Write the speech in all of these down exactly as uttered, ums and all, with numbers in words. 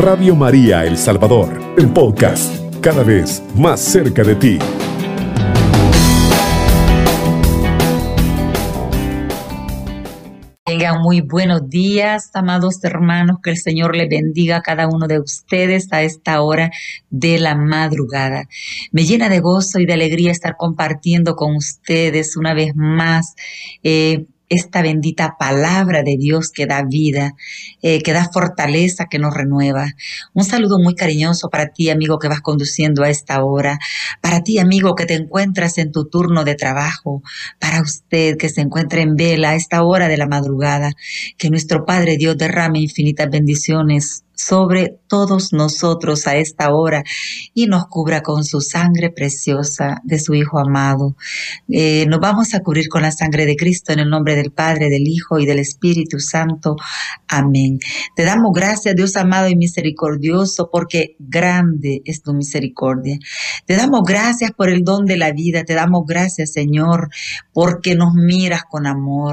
Radio María El Salvador, el podcast, cada vez más cerca de ti. Tengan muy buenos días, amados hermanos, que el Señor les bendiga a cada uno de ustedes a esta hora de la madrugada. Me llena de gozo y de alegría estar compartiendo con ustedes una vez más eh, esta bendita palabra de Dios que da vida, eh, que da fortaleza, que nos renueva. Un saludo muy cariñoso para ti, amigo, que vas conduciendo a esta hora, para ti, amigo, que te encuentras en tu turno de trabajo, para usted que se encuentra en vela a esta hora de la madrugada. Que nuestro Padre Dios derrame infinitas bendiciones sobre todos nosotros a esta hora y nos cubra con su sangre preciosa de su Hijo amado. Eh, nos vamos a cubrir con la sangre de Cristo en el nombre del Padre, del Hijo y del Espíritu Santo. Amén. Te damos gracias, Dios amado y misericordioso, porque grande es tu misericordia. Te damos gracias por el don de la vida. Te damos gracias, Señor, porque nos miras con amor,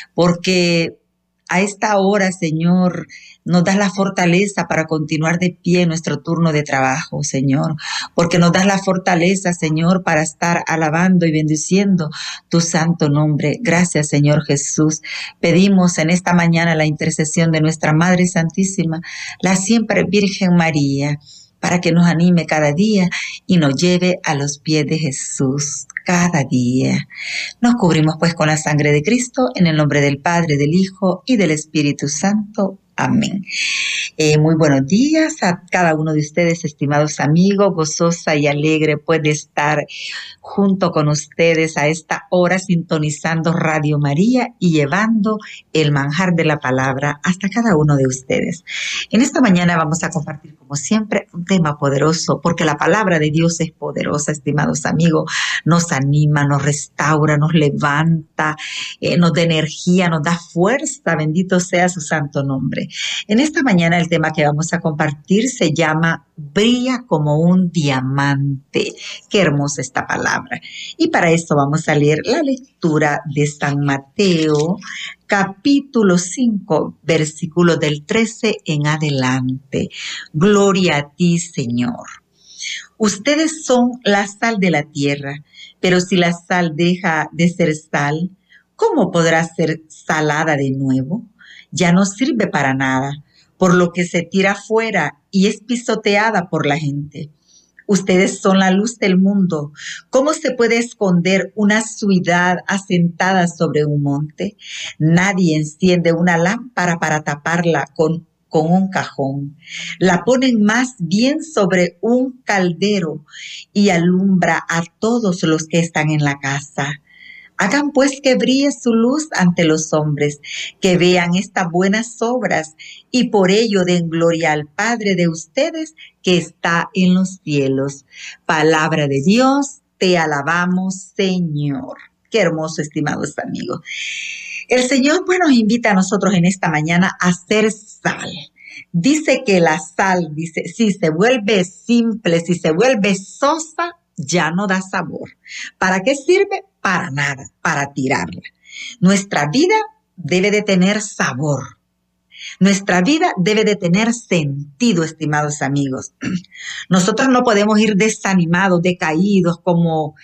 porque a esta hora, Señor, nos das la fortaleza para continuar de pie en nuestro turno de trabajo, Señor, porque nos das la fortaleza, Señor, para estar alabando y bendiciendo tu santo nombre. Gracias, Señor Jesús. Pedimos en esta mañana la intercesión de nuestra Madre Santísima, la siempre Virgen María, para que nos anime cada día y nos lleve a los pies de Jesús cada día. Nos cubrimos pues con la sangre de Cristo, en el nombre del Padre, del Hijo y del Espíritu Santo. Amén. Eh, muy buenos días a cada uno de ustedes, estimados amigos, gozosa y alegre pues de estar junto con ustedes a esta hora sintonizando Radio María y llevando el manjar de la palabra hasta cada uno de ustedes. En esta mañana vamos a compartir como siempre un tema poderoso, porque la palabra de Dios es poderosa, estimados amigos, nos anima, nos restaura, nos levanta, eh, nos da energía, nos da fuerza, bendito sea su santo nombre. En esta mañana el tema que vamos a compartir se llama Brilla como un diamante. Qué hermosa esta palabra. Y para esto vamos a leer la lectura de San Mateo, capítulo cinco, versículos del trece en adelante. Gloria a ti, Señor. Ustedes son la sal de la tierra, pero si la sal deja de ser sal, ¿cómo podrá ser salada de nuevo? Ya no sirve para nada, por lo que se tira fuera y es pisoteada por la gente. Ustedes son la luz del mundo. ¿Cómo se puede esconder una ciudad asentada sobre un monte? Nadie enciende una lámpara para taparla con, con un cajón. La ponen más bien sobre un caldero y alumbra a todos los que están en la casa. Hagan pues que brille su luz ante los hombres, que vean estas buenas obras y por ello den gloria al Padre de ustedes que está en los cielos. Palabra de Dios, te alabamos, Señor. Qué hermoso, estimados amigos. El Señor pues nos invita a nosotros en esta mañana a ser sal. Dice que la sal, dice, si se vuelve simple, si se vuelve sosa, ya no da sabor. ¿Para qué sirve? Para nada, para tirarla. Nuestra vida debe de tener sabor. Nuestra vida debe de tener sentido, estimados amigos. Nosotros no podemos ir desanimados, decaídos, como,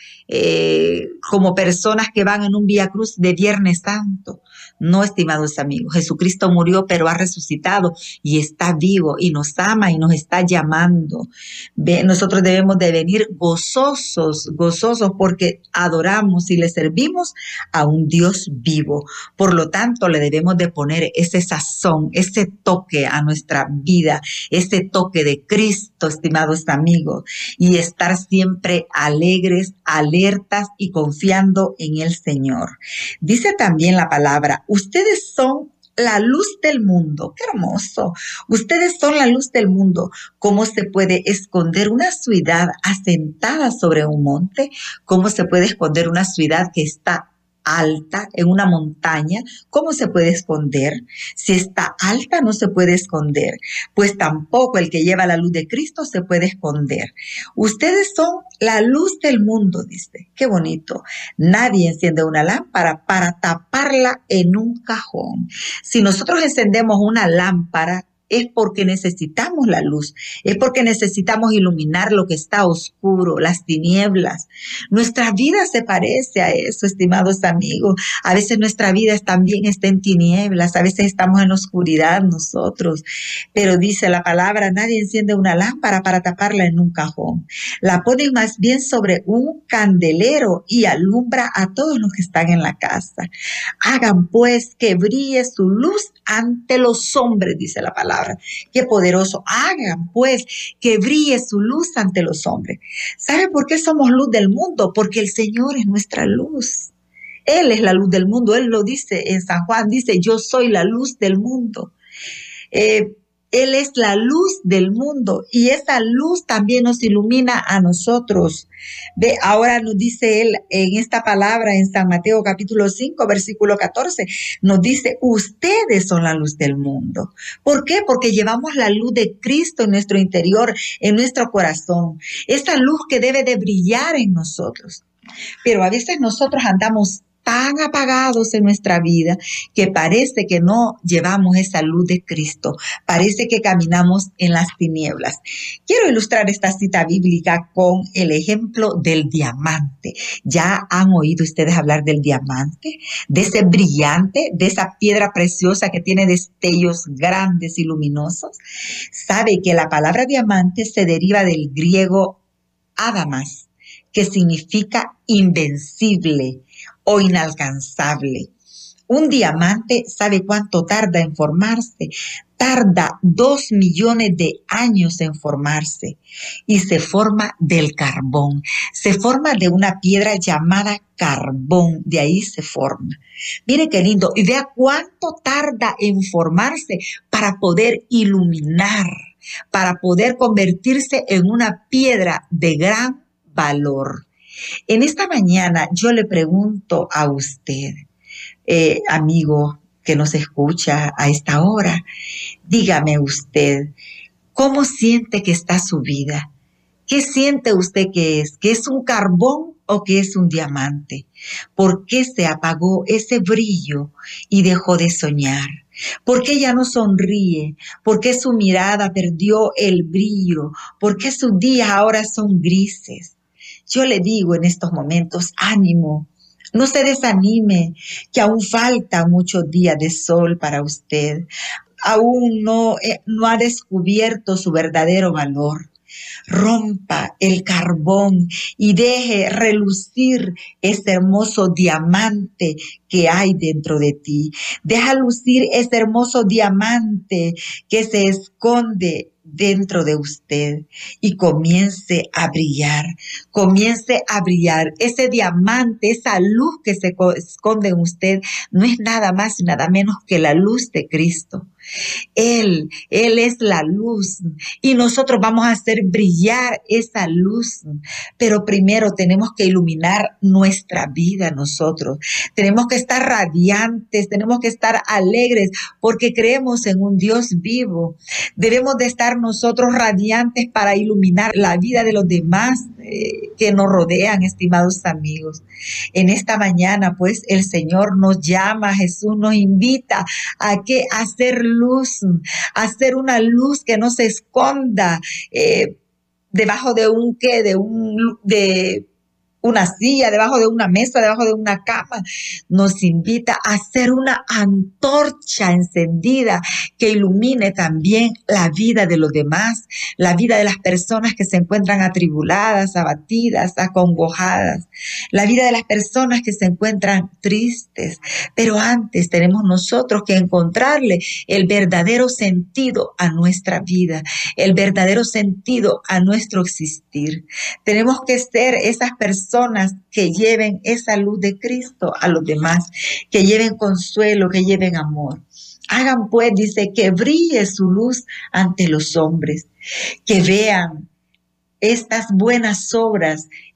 eh, como personas que van en un Vía Cruz de Viernes Santo. No, estimados amigos, Jesucristo murió, pero ha resucitado y está vivo y nos ama y nos está llamando. Ve, nosotros debemos de venir gozosos, gozosos porque adoramos y le servimos a un Dios vivo. Por lo tanto, le debemos de poner ese sazón, ese toque a nuestra vida, ese toque de Cristo, estimados amigos, y estar siempre alegres, alertas y confiando en el Señor. Dice también la palabra, ustedes son la luz del mundo. ¡Qué hermoso! Ustedes son la luz del mundo. ¿Cómo se puede esconder una ciudad asentada sobre un monte? ¿Cómo se puede esconder una ciudad que está alta en una montaña? ¿Cómo se puede esconder? Si está alta no se puede esconder, pues tampoco el que lleva la luz de Cristo se puede esconder. Ustedes son la luz del mundo, dice. Qué bonito. Nadie enciende una lámpara para taparla en un cajón. Si nosotros encendemos una lámpara, es porque necesitamos la luz, es porque necesitamos iluminar lo que está oscuro, las tinieblas. Nuestra vida se parece a eso, estimados amigos. A veces nuestra vida también está en tinieblas, a veces estamos en oscuridad nosotros, pero dice la palabra, nadie enciende una lámpara para taparla en un cajón. La pone más bien sobre un candelero y alumbra a todos los que están en la casa. Hagan pues que brille su luz ante los hombres, dice la palabra. Qué poderoso. Hagan pues que brille su luz ante los hombres. ¿Sabe por qué somos luz del mundo? Porque el Señor es nuestra luz. Él es la luz del mundo. Él lo dice en San Juan, dice, yo soy la luz del mundo. Eh, Él es la luz del mundo y esa luz también nos ilumina a nosotros. Ve, ahora nos dice Él en esta palabra en San Mateo capítulo cinco, versículo catorce, nos dice, ustedes son la luz del mundo. ¿Por qué? Porque llevamos la luz de Cristo en nuestro interior, en nuestro corazón. Esa luz que debe de brillar en nosotros. Pero a veces nosotros andamos tan apagados en nuestra vida que parece que no llevamos esa luz de Cristo, parece que caminamos en las tinieblas. Quiero ilustrar esta cita bíblica con el ejemplo del diamante. ¿Ya han oído ustedes hablar del diamante? De ese brillante, de esa piedra preciosa que tiene destellos grandes y luminosos. ¿Sabe que la palabra diamante se deriva del griego adamas, que significa invencible o inalcanzable? Un diamante, ¿sabe cuánto tarda en formarse? Tarda dos millones de años en formarse y se forma del carbón. Se forma de una piedra llamada carbón, de ahí se forma. Mire qué lindo, y vea cuánto tarda en formarse para poder iluminar, para poder convertirse en una piedra de gran valor. En esta mañana yo le pregunto a usted, eh, amigo que nos escucha a esta hora, dígame usted, ¿cómo siente que está su vida? ¿Qué siente usted que es? ¿Que es un carbón o que es un diamante? ¿Por qué se apagó ese brillo y dejó de soñar? ¿Por qué ya no sonríe? ¿Por qué su mirada perdió el brillo? ¿Por qué sus días ahora son grises? Yo le digo en estos momentos, ánimo, no se desanime, que aún falta muchos días de sol para usted. Aún no, eh, no ha descubierto su verdadero valor. Rompa el carbón y deje relucir ese hermoso diamante que hay dentro de ti. Deja lucir ese hermoso diamante que se esconde dentro de usted y comience a brillar, comience a brillar. Ese diamante, esa luz que se esconde en usted no es nada más y nada menos que la luz de Cristo. Él, Él es la luz y nosotros vamos a hacer brillar esa luz, pero primero tenemos que iluminar nuestra vida nosotros. Tenemos que estar radiantes, tenemos que estar alegres porque creemos en un Dios vivo. Debemos de estar nosotros radiantes para iluminar la vida de los demás eh, que nos rodean, estimados amigos. En esta mañana, pues, el Señor nos llama, Jesús nos invita a que hacer luz, hacer una luz que no se esconda eh, debajo de un qué, de un de una silla, debajo de una mesa, debajo de una cama. Nos invita a hacer una antorcha encendida que ilumine también la vida de los demás, la vida de las personas que se encuentran atribuladas, abatidas, acongojadas, la vida de las personas que se encuentran tristes. Pero antes tenemos nosotros que encontrarle el verdadero sentido a nuestra vida, el verdadero sentido a nuestro existir. Tenemos que ser esas personas Personas que lleven esa luz de Cristo a los demás, que lleven consuelo, que lleven amor. Hagan pues, dice, que brille su luz ante los hombres, que vean estas buenas obras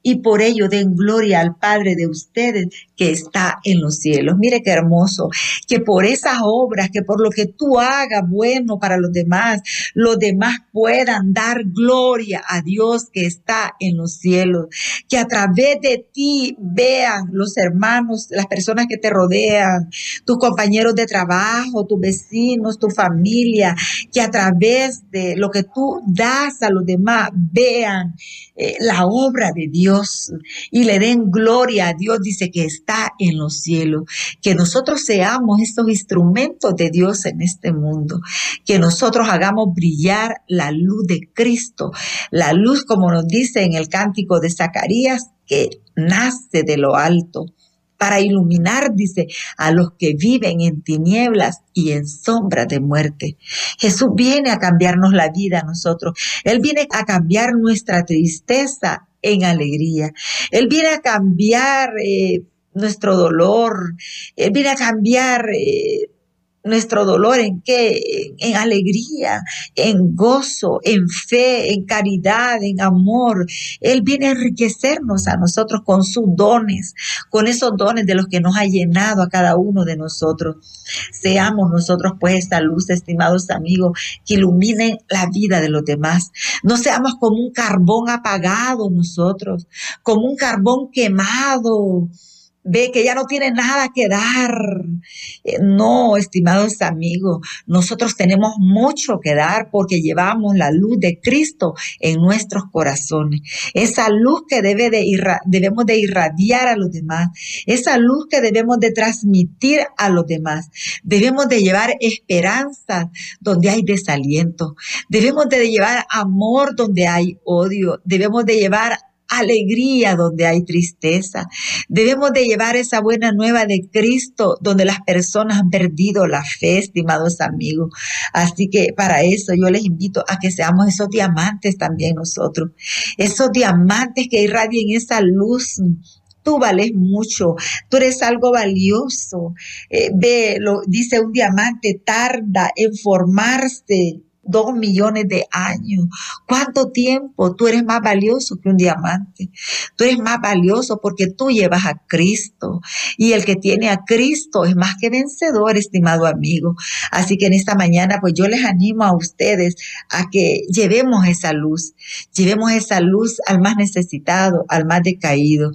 y por ello den gloria al Padre de ustedes que está en los cielos. Mire qué hermoso, que por esas obras, que por lo que tú hagas bueno para los demás, los demás puedan dar gloria a Dios que está en los cielos, que a través de ti vean los hermanos, las personas que te rodean, tus compañeros de trabajo, tus vecinos, tu familia, que a través de lo que tú das a los demás vean eh, la obra de Dios y le den gloria a Dios, dice que está en los cielos, que nosotros seamos estos instrumentos de Dios en este mundo, que nosotros hagamos brillar la luz de Cristo, la luz como nos dice en el cántico de Zacarías, que nace de lo alto, para iluminar, dice, a los que viven en tinieblas y en sombras de muerte. Jesús viene a cambiarnos la vida a nosotros. Él viene a cambiar nuestra tristeza en alegría. Él viene a cambiar eh, nuestro dolor. Él viene a cambiar eh, nuestro dolor en qué, en alegría, en gozo, en fe, en caridad, en amor. Él viene a enriquecernos a nosotros con sus dones, con esos dones de los que nos ha llenado a cada uno de nosotros. Seamos nosotros pues esta luz, estimados amigos, que iluminen la vida de los demás. No seamos como un carbón apagado nosotros, como un carbón quemado, ve que ya no tiene nada que dar. Eh, no, estimados amigos, nosotros tenemos mucho que dar porque llevamos la luz de Cristo en nuestros corazones. Esa luz que debe de irra- debemos de irradiar a los demás. Esa luz que debemos de transmitir a los demás. Debemos de llevar esperanza donde hay desaliento. Debemos de llevar amor donde hay odio. Debemos de llevar alegría donde hay tristeza. Debemos de llevar esa buena nueva de Cristo donde las personas han perdido la fe, estimados amigos. Así que para eso yo les invito a que seamos esos diamantes también nosotros. Esos diamantes que irradien esa luz. Tú vales mucho, tú eres algo valioso. Eh, ve, lo dice un diamante, tarda en formarse dos millones de años. ¿Cuánto tiempo? Tú eres más valioso que un diamante. Tú eres más valioso porque tú llevas a Cristo. Y el que tiene a Cristo es más que vencedor, estimado amigo. Así que en esta mañana, pues yo les animo a ustedes a que llevemos esa luz. Llevemos esa luz al más necesitado, al más decaído.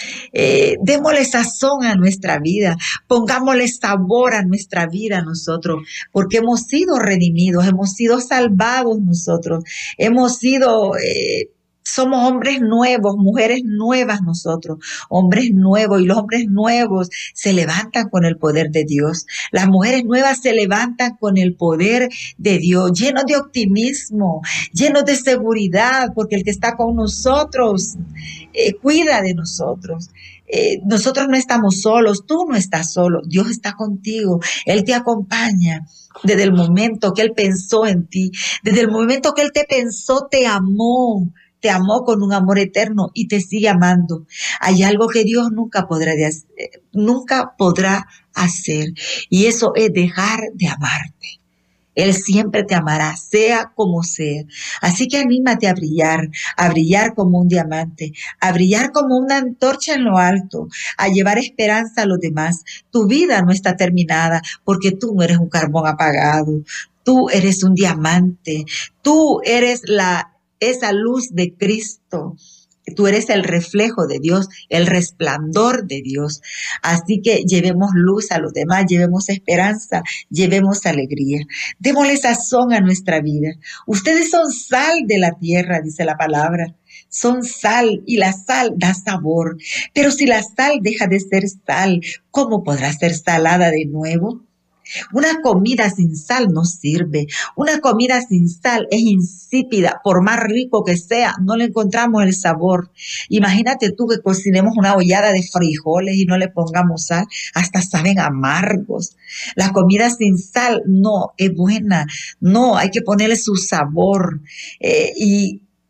Eh, démosle sazón a nuestra vida, pongámosle sabor a nuestra vida nosotros, porque hemos sido redimidos, hemos sido salvados nosotros, hemos sido, eh, somos hombres nuevos, mujeres nuevas nosotros, hombres nuevos, y los hombres nuevos se levantan con el poder de Dios. Las mujeres nuevas se levantan con el poder de Dios, llenos de optimismo, llenos de seguridad, porque el que está con nosotros eh, cuida de nosotros. Eh, nosotros no estamos solos, tú no estás solo, Dios está contigo, Él te acompaña. Desde el momento que Él pensó en ti, desde el momento que Él te pensó, te amó. Te amó con un amor eterno y te sigue amando. Hay algo que Dios nunca podrá, de hacer, nunca podrá hacer, y eso es dejar de amarte. Él siempre te amará, sea como sea. Así que anímate a brillar, a brillar como un diamante, a brillar como una antorcha en lo alto, a llevar esperanza a los demás. Tu vida no está terminada porque tú no eres un carbón apagado. Tú eres un diamante. Tú eres la esa luz de Cristo. Tú eres el reflejo de Dios, el resplandor de Dios. Así que llevemos luz a los demás, llevemos esperanza, llevemos alegría. Démosle sazón a nuestra vida. Ustedes son sal de la tierra, dice la palabra. Son sal y la sal da sabor. Pero si la sal deja de ser sal, ¿cómo podrá ser salada de nuevo? Una comida sin sal no sirve. Una comida sin sal es insípida. Por más rico que sea, no le encontramos el sabor. Imagínate tú que cocinemos una ollada de frijoles y no le pongamos sal. Hasta saben amargos. La comida sin sal no es buena. No, hay que ponerle su sabor. Eh, y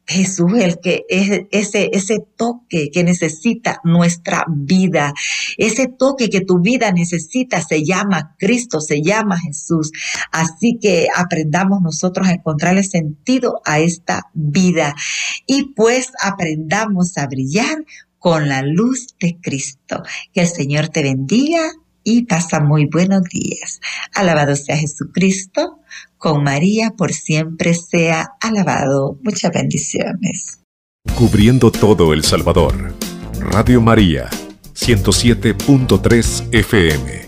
Jesús, el que es ese, ese toque que necesita nuestra vida, ese toque que tu vida necesita, se llama Cristo, se llama Jesús. Así que aprendamos nosotros a encontrarle sentido a esta vida y pues aprendamos a brillar con la luz de Cristo. Que el Señor te bendiga y pasa muy buenos días. Alabado sea Jesucristo, con María por siempre sea alabado. Muchas bendiciones. Cubriendo todo El Salvador. Radio María, ciento siete punto tres F M.